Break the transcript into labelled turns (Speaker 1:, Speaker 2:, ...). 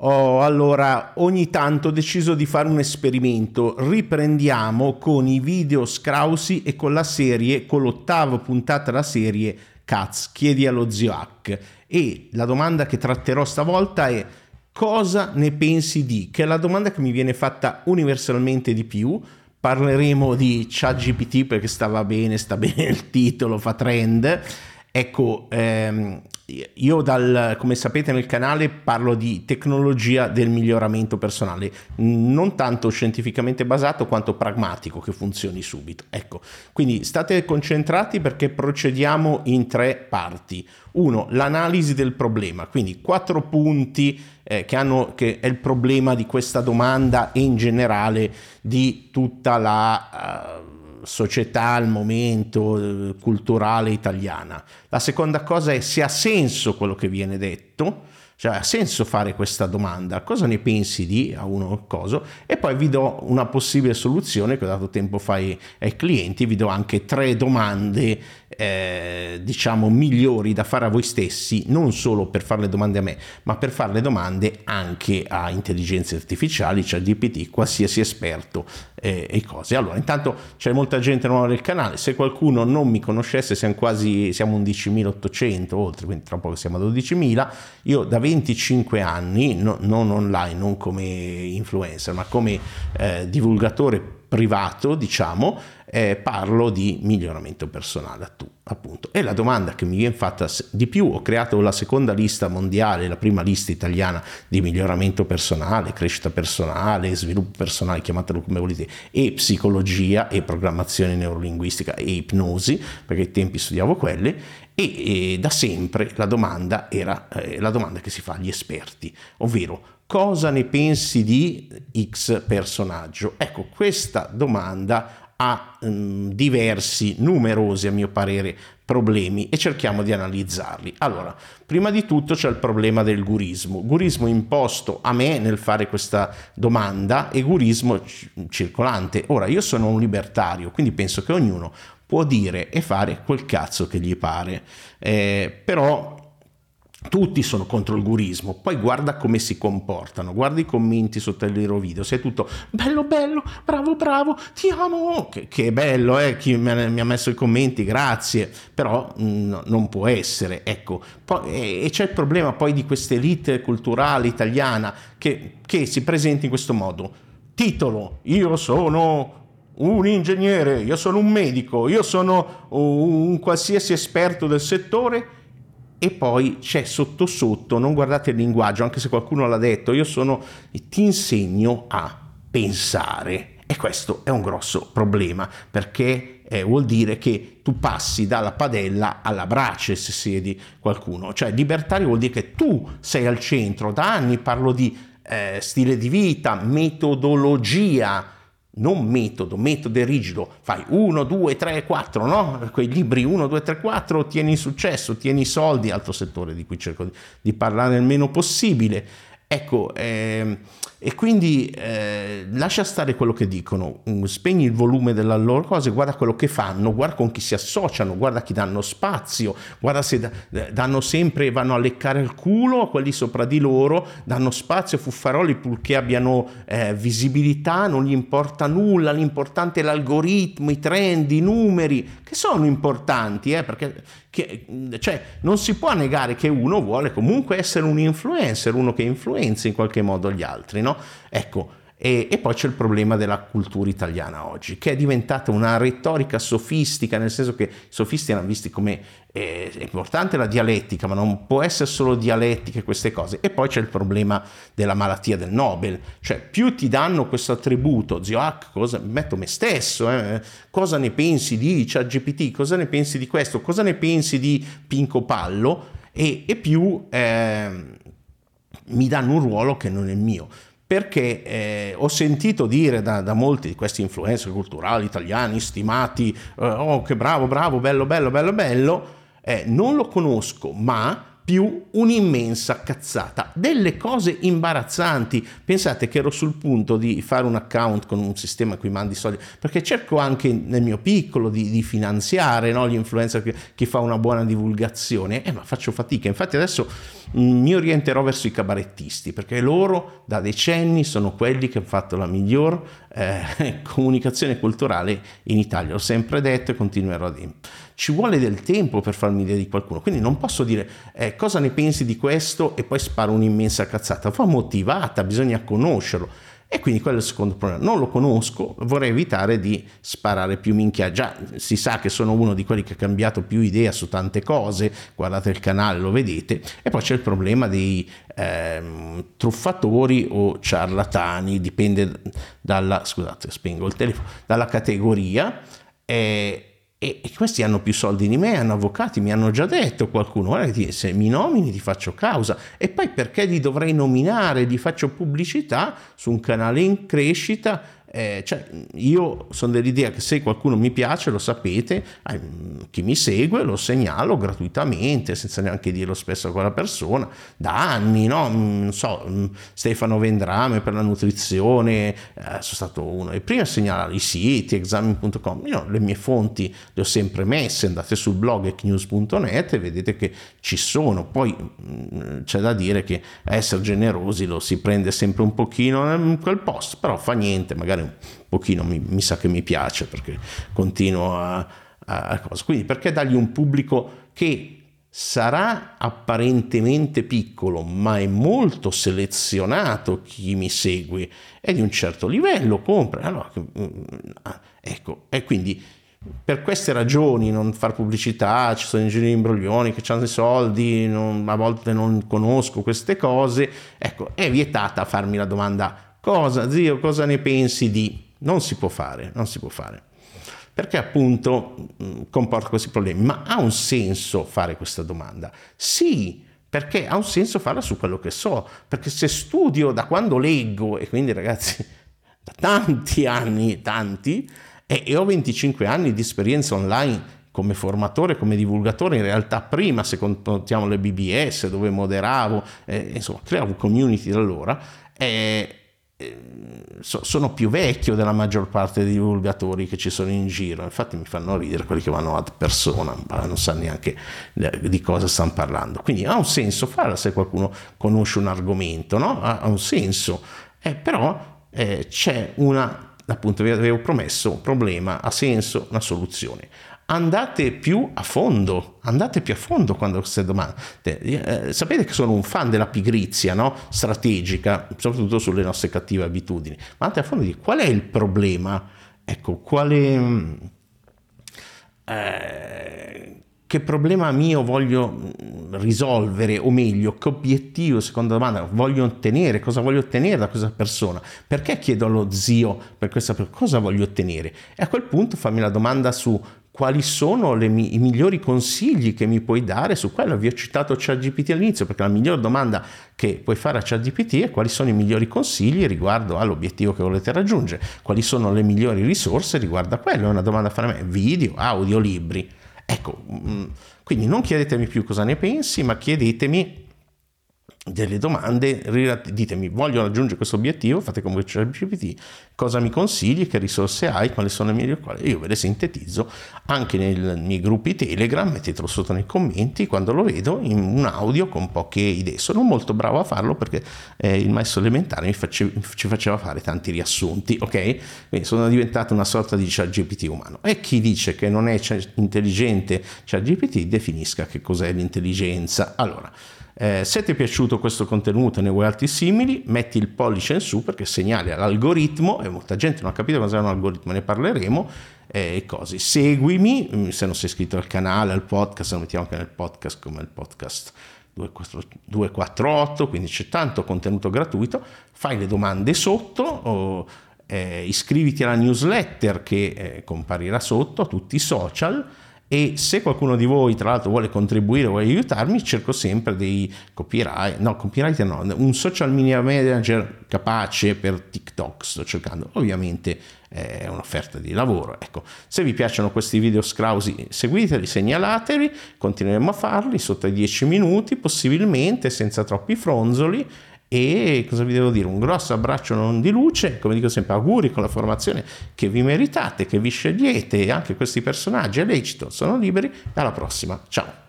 Speaker 1: Allora, ogni tanto ho deciso di fare un esperimento. Riprendiamo con i video scrausi e con la serie, con l'8ª puntata della serie Caz, chiedi allo zio Hack. E la domanda che tratterò stavolta è: cosa ne pensi di? Che è la domanda che mi viene fatta universalmente di più. Parleremo di ChatGPT perché sta bene il titolo, fa trend. Ecco, io come sapete nel canale parlo di tecnologia del miglioramento personale, non tanto scientificamente basato quanto pragmatico, che funzioni subito. Ecco, quindi state concentrati perché procediamo in 3 parti. 1, l'analisi del problema, quindi 4 punti che è il problema di questa domanda e in generale di tutta la società al momento culturale italiana. La seconda cosa è se ha senso quello che viene detto, cioè ha senso fare questa domanda, cosa ne pensi di a uno coso, e poi vi do una possibile soluzione che ho dato tempo fa ai clienti. Vi do anche 3 domande diciamo migliori da fare a voi stessi, non solo per fare le domande a me, ma per fare le domande anche a intelligenze artificiali, cioè GPT, qualsiasi esperto e cose. Allora, intanto c'è molta gente nuova nel canale, se qualcuno non mi conoscesse, siamo 11.800 oltre, quindi tra poco siamo a 12.000. Io da 25 anni, non online, non come influencer, ma come divulgatore privato, diciamo, parlo di miglioramento personale, appunto. E la domanda che mi viene fatta di più: ho creato la seconda lista mondiale, la prima lista italiana di miglioramento personale, crescita personale, sviluppo personale, chiamatelo come volete, e psicologia e programmazione neurolinguistica e ipnosi, perché ai tempi studiavo quelle, e da sempre la domanda era la domanda che si fa agli esperti, ovvero: cosa ne pensi di X personaggio? Ecco, questa domanda ha numerosi a mio parere problemi e cerchiamo di analizzarli. Allora, prima di tutto c'è il problema del gurismo imposto a me nel fare questa domanda e gurismo circolante. Ora, io sono un libertario, quindi penso che ognuno può dire e fare quel cazzo che gli pare, però tutti sono contro il gurismo. Poi guarda come si comportano, guarda i commenti sotto il loro video, sei tutto bello, bravo, ti amo, che è bello, chi mi ha messo i commenti, grazie, però non può essere, ecco. E c'è il problema poi di questa elite culturale italiana che si presenta in questo modo: titolo, io sono un ingegnere, io sono un medico, io sono un qualsiasi esperto del settore. E poi c'è sotto, non guardate il linguaggio, anche se qualcuno l'ha detto, ti insegno a pensare. E questo è un grosso problema, perché vuol dire che tu passi dalla padella alla brace se siedi qualcuno. Cioè libertario vuol dire che tu sei al centro. Da anni parlo di stile di vita, metodologia, non metodo è rigido, fai 1, 2, 3, 4, no? Quei libri 1, 2, 3, 4, ottieni successo, ottieni soldi, altro settore di cui cerco di parlare il meno possibile. Ecco, e quindi lascia stare quello che dicono, spegni il volume delle loro cose, guarda quello che fanno, guarda con chi si associano, guarda chi danno spazio, guarda se danno sempre, vanno a leccare il culo a quelli sopra di loro, danno spazio a fuffaroli purché abbiano visibilità, non gli importa nulla, l'importante è l'algoritmo, i trend, i numeri, che sono importanti, perché cioè non si può negare che uno vuole comunque essere un influencer, uno che influenza in qualche modo gli altri, no? Ecco, e poi c'è il problema della cultura italiana oggi, che è diventata una retorica sofistica, nel senso che i sofisti hanno visti come è importante la dialettica, ma non può essere solo dialettica e queste cose. E poi c'è il problema della malattia del Nobel, cioè più ti danno questo attributo, zio Hack, metto me stesso, cosa ne pensi di ChatGPT, cosa ne pensi di questo, cosa ne pensi di Pinco Pallo, e più mi danno un ruolo che non è il mio. Perché ho sentito dire da molti di questi influencer culturali italiani stimati, che bravo, bello, non lo conosco, ma più un'immensa cazzata, delle cose imbarazzanti. Pensate che ero sul punto di fare un account con un sistema a cui mandi soldi, perché cerco anche nel mio piccolo di finanziare, no, gli influencer, chi fa una buona divulgazione, ma faccio fatica. Infatti adesso mi orienterò verso i cabarettisti, perché loro da decenni sono quelli che hanno fatto la miglior comunicazione culturale in Italia. L'ho sempre detto e continuerò a dire. Ci vuole del tempo per farmi idea di qualcuno, quindi non posso dire cosa ne pensi di questo e poi sparo un'immensa cazzata. Va motivata, bisogna conoscerlo, e quindi quello è il secondo problema. Non lo conosco, vorrei evitare di sparare più minchia. Già si sa che sono uno di quelli che ha cambiato più idea su tante cose, guardate il canale, lo vedete. E poi c'è il problema dei truffatori o ciarlatani, dipende dalla, scusate, spengo il telefono, dalla categoria. E questi hanno più soldi di me, hanno avvocati, mi hanno già detto qualcuno, guarda, se mi nomini ti faccio causa. E poi perché li dovrei nominare? Gli faccio pubblicità su un canale in crescita. Cioè, io sono dell'idea che se qualcuno mi piace, lo sapete, chi mi segue lo segnalo gratuitamente, senza neanche dirlo spesso a quella persona, da anni, no? Non so, Stefano Vendrame per la nutrizione, sono stato uno dei primi a segnalare i siti, examen.com. Io le mie fonti le ho sempre messe, andate sul blog ecnews.net e vedete che ci sono. Poi c'è da dire che a essere generosi lo si prende sempre un pochino in quel posto, però fa niente, magari un pochino mi sa che mi piace, perché continuo a cosa. Quindi perché dargli un pubblico che sarà apparentemente piccolo, ma è molto selezionato? Chi mi segue è di un certo livello, compra, allora, ecco, e quindi per queste ragioni non far pubblicità, ci sono ingegneri imbroglioni che hanno i soldi, a volte non conosco queste cose, ecco, è vietata farmi la domanda: cosa, zio, cosa ne pensi di? Non si può fare, perché appunto comporta questi problemi. Ma ha un senso fare questa domanda? Sì, perché ha un senso farla su quello che so, perché se studio da quando leggo, e quindi ragazzi da tanti anni, e ho 25 anni di esperienza online come formatore, come divulgatore, in realtà prima, se contiamo le BBS dove moderavo, insomma creavo community da allora, sono più vecchio della maggior parte dei divulgatori che ci sono in giro. Infatti mi fanno ridere quelli che vanno ad persona, non sanno neanche di cosa stanno parlando. Quindi ha un senso farla se qualcuno conosce un argomento, no? Ha un senso, però c'è appunto vi avevo promesso un problema, ha senso, una soluzione. Andate più a fondo quando queste domande. Sapete che sono un fan della pigrizia, no? Strategica, soprattutto sulle nostre cattive abitudini. Ma andate a fondo di qual è il problema, ecco, che problema mio voglio risolvere, o meglio, che obiettivo, seconda domanda, voglio ottenere, cosa voglio ottenere da questa persona, perché chiedo allo zio per questa persona, cosa voglio ottenere, e a quel punto fammi la domanda su quali sono i migliori consigli che mi puoi dare su quello. Vi ho citato ChatGPT all'inizio, perché la miglior domanda che puoi fare a ChatGPT è: quali sono i migliori consigli riguardo all'obiettivo che volete raggiungere, quali sono le migliori risorse riguardo a quello. È una domanda a fare a me: video, audio, libri. Ecco, quindi non chiedetemi più cosa ne pensi, ma chiedetemi delle domande, ditemi: voglio raggiungere questo obiettivo, fate come ChatGPT, cosa mi consigli, che risorse hai, quali sono le migliori, io ve le sintetizzo anche nei miei gruppi Telegram, mettetelo sotto nei commenti quando lo vedo in un audio con poche idee. Sono molto bravo a farlo perché il maestro elementare ci faceva fare tanti riassunti, ok? Quindi sono diventato una sorta di ChatGPT umano. E chi dice che non è intelligente ChatGPT definisca che cos'è l'intelligenza. Allora, se ti è piaciuto questo contenuto e ne vuoi altri simili, metti il pollice in su, perché segnali all'algoritmo, e molta gente non ha capito cosa è un algoritmo, ne parleremo, e così. Seguimi se non sei iscritto al canale, al podcast, lo mettiamo anche nel podcast come il podcast 248, quindi c'è tanto contenuto gratuito. Fai le domande sotto, iscriviti alla newsletter che comparirà sotto a tutti i social, e se qualcuno di voi tra l'altro vuole contribuire, vuole aiutarmi, cerco sempre dei copyright no, un social media manager capace per TikTok sto cercando, ovviamente è un'offerta di lavoro. Ecco, se vi piacciono questi video scrausi seguiteli, segnalateli, continueremo a farli sotto i 10 minuti possibilmente, senza troppi fronzoli. E cosa vi devo dire? Un grosso abbraccio non di luce, come dico sempre, auguri con la formazione che vi meritate, che vi scegliete, e anche questi personaggi è lecito, sono liberi, e alla prossima, ciao!